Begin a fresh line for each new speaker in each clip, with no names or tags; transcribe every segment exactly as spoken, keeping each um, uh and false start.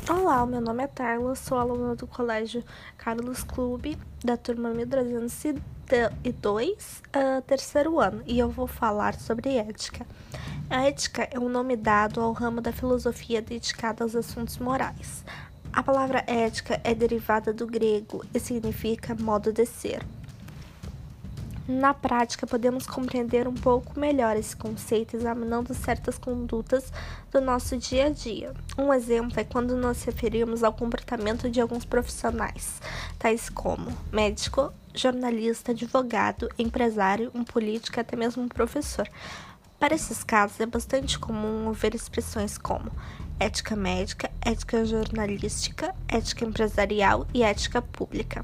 Olá, o meu nome é Tayla, sou aluna do Colégio Carlos Clube, da turma mil trezentos e dois, uh, terceiro ano, e eu vou falar sobre ética. A ética é um nome dado ao ramo da filosofia dedicado aos assuntos morais. A palavra ética é derivada do grego e significa modo de ser. Na prática, podemos compreender um pouco melhor esse conceito examinando certas condutas do nosso dia a dia. Um exemplo é quando nos referimos ao comportamento de alguns profissionais, tais como médico, jornalista, advogado, empresário, um político e até mesmo um professor. Para esses casos, é bastante comum ver expressões como ética médica, ética jornalística, ética empresarial e ética pública.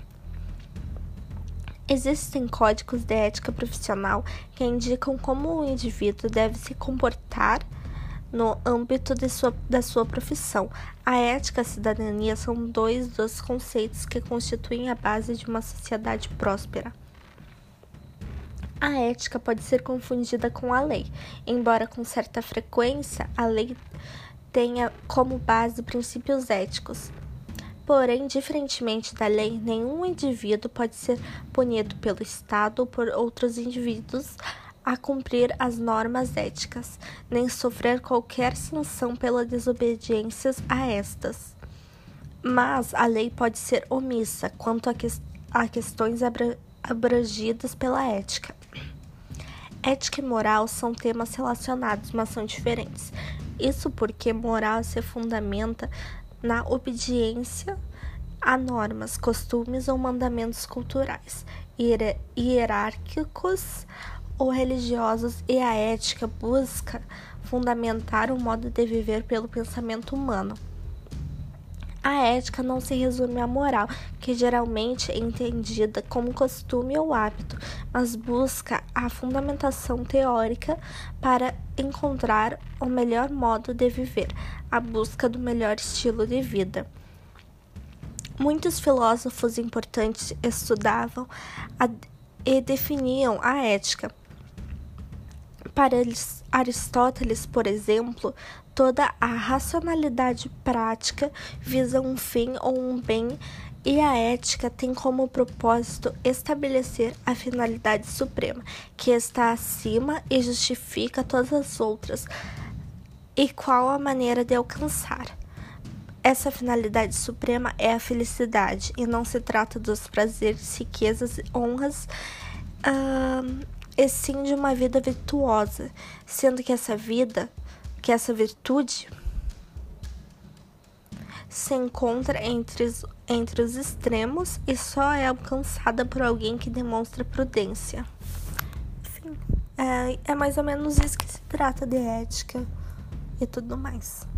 Existem códigos de ética profissional que indicam como o indivíduo deve se comportar no âmbito de sua, da sua profissão. A ética e a cidadania são dois dos conceitos que constituem a base de uma sociedade próspera. A ética pode ser confundida com a lei, embora com certa frequência a lei tenha como base princípios éticos. Porém, diferentemente da lei, nenhum indivíduo pode ser punido pelo Estado ou por outros indivíduos a cumprir as normas éticas, nem sofrer qualquer sanção pela desobediência a estas. Mas a lei pode ser omissa quanto a, que- a questões abra- abrangidas pela ética. Ética e moral são temas relacionados, mas são diferentes. Isso porque moral se fundamenta na obediência a normas, costumes ou mandamentos culturais, hier- hierárquicos ou religiosos, e a ética busca fundamentar o modo de viver pelo pensamento humano. A ética não se resume à moral, que geralmente é entendida como costume ou hábito, mas busca a fundamentação teórica para encontrar o melhor modo de viver, a busca do melhor estilo de vida. Muitos filósofos importantes estudavam a, e definiam a ética. Para Aristóteles, por exemplo, toda a racionalidade prática visa um fim ou um bem, e a ética tem como propósito estabelecer a finalidade suprema, que está acima e justifica todas as outras, e qual a maneira de alcançar. Essa finalidade suprema é a felicidade, e não se trata dos prazeres, riquezas, honras, hum, e sim de uma vida virtuosa, sendo que essa vida, que essa virtude, se encontra entre os, entre os extremos e só é alcançada por alguém que demonstra prudência. Enfim, é, é mais ou menos isso que se trata de ética e tudo mais.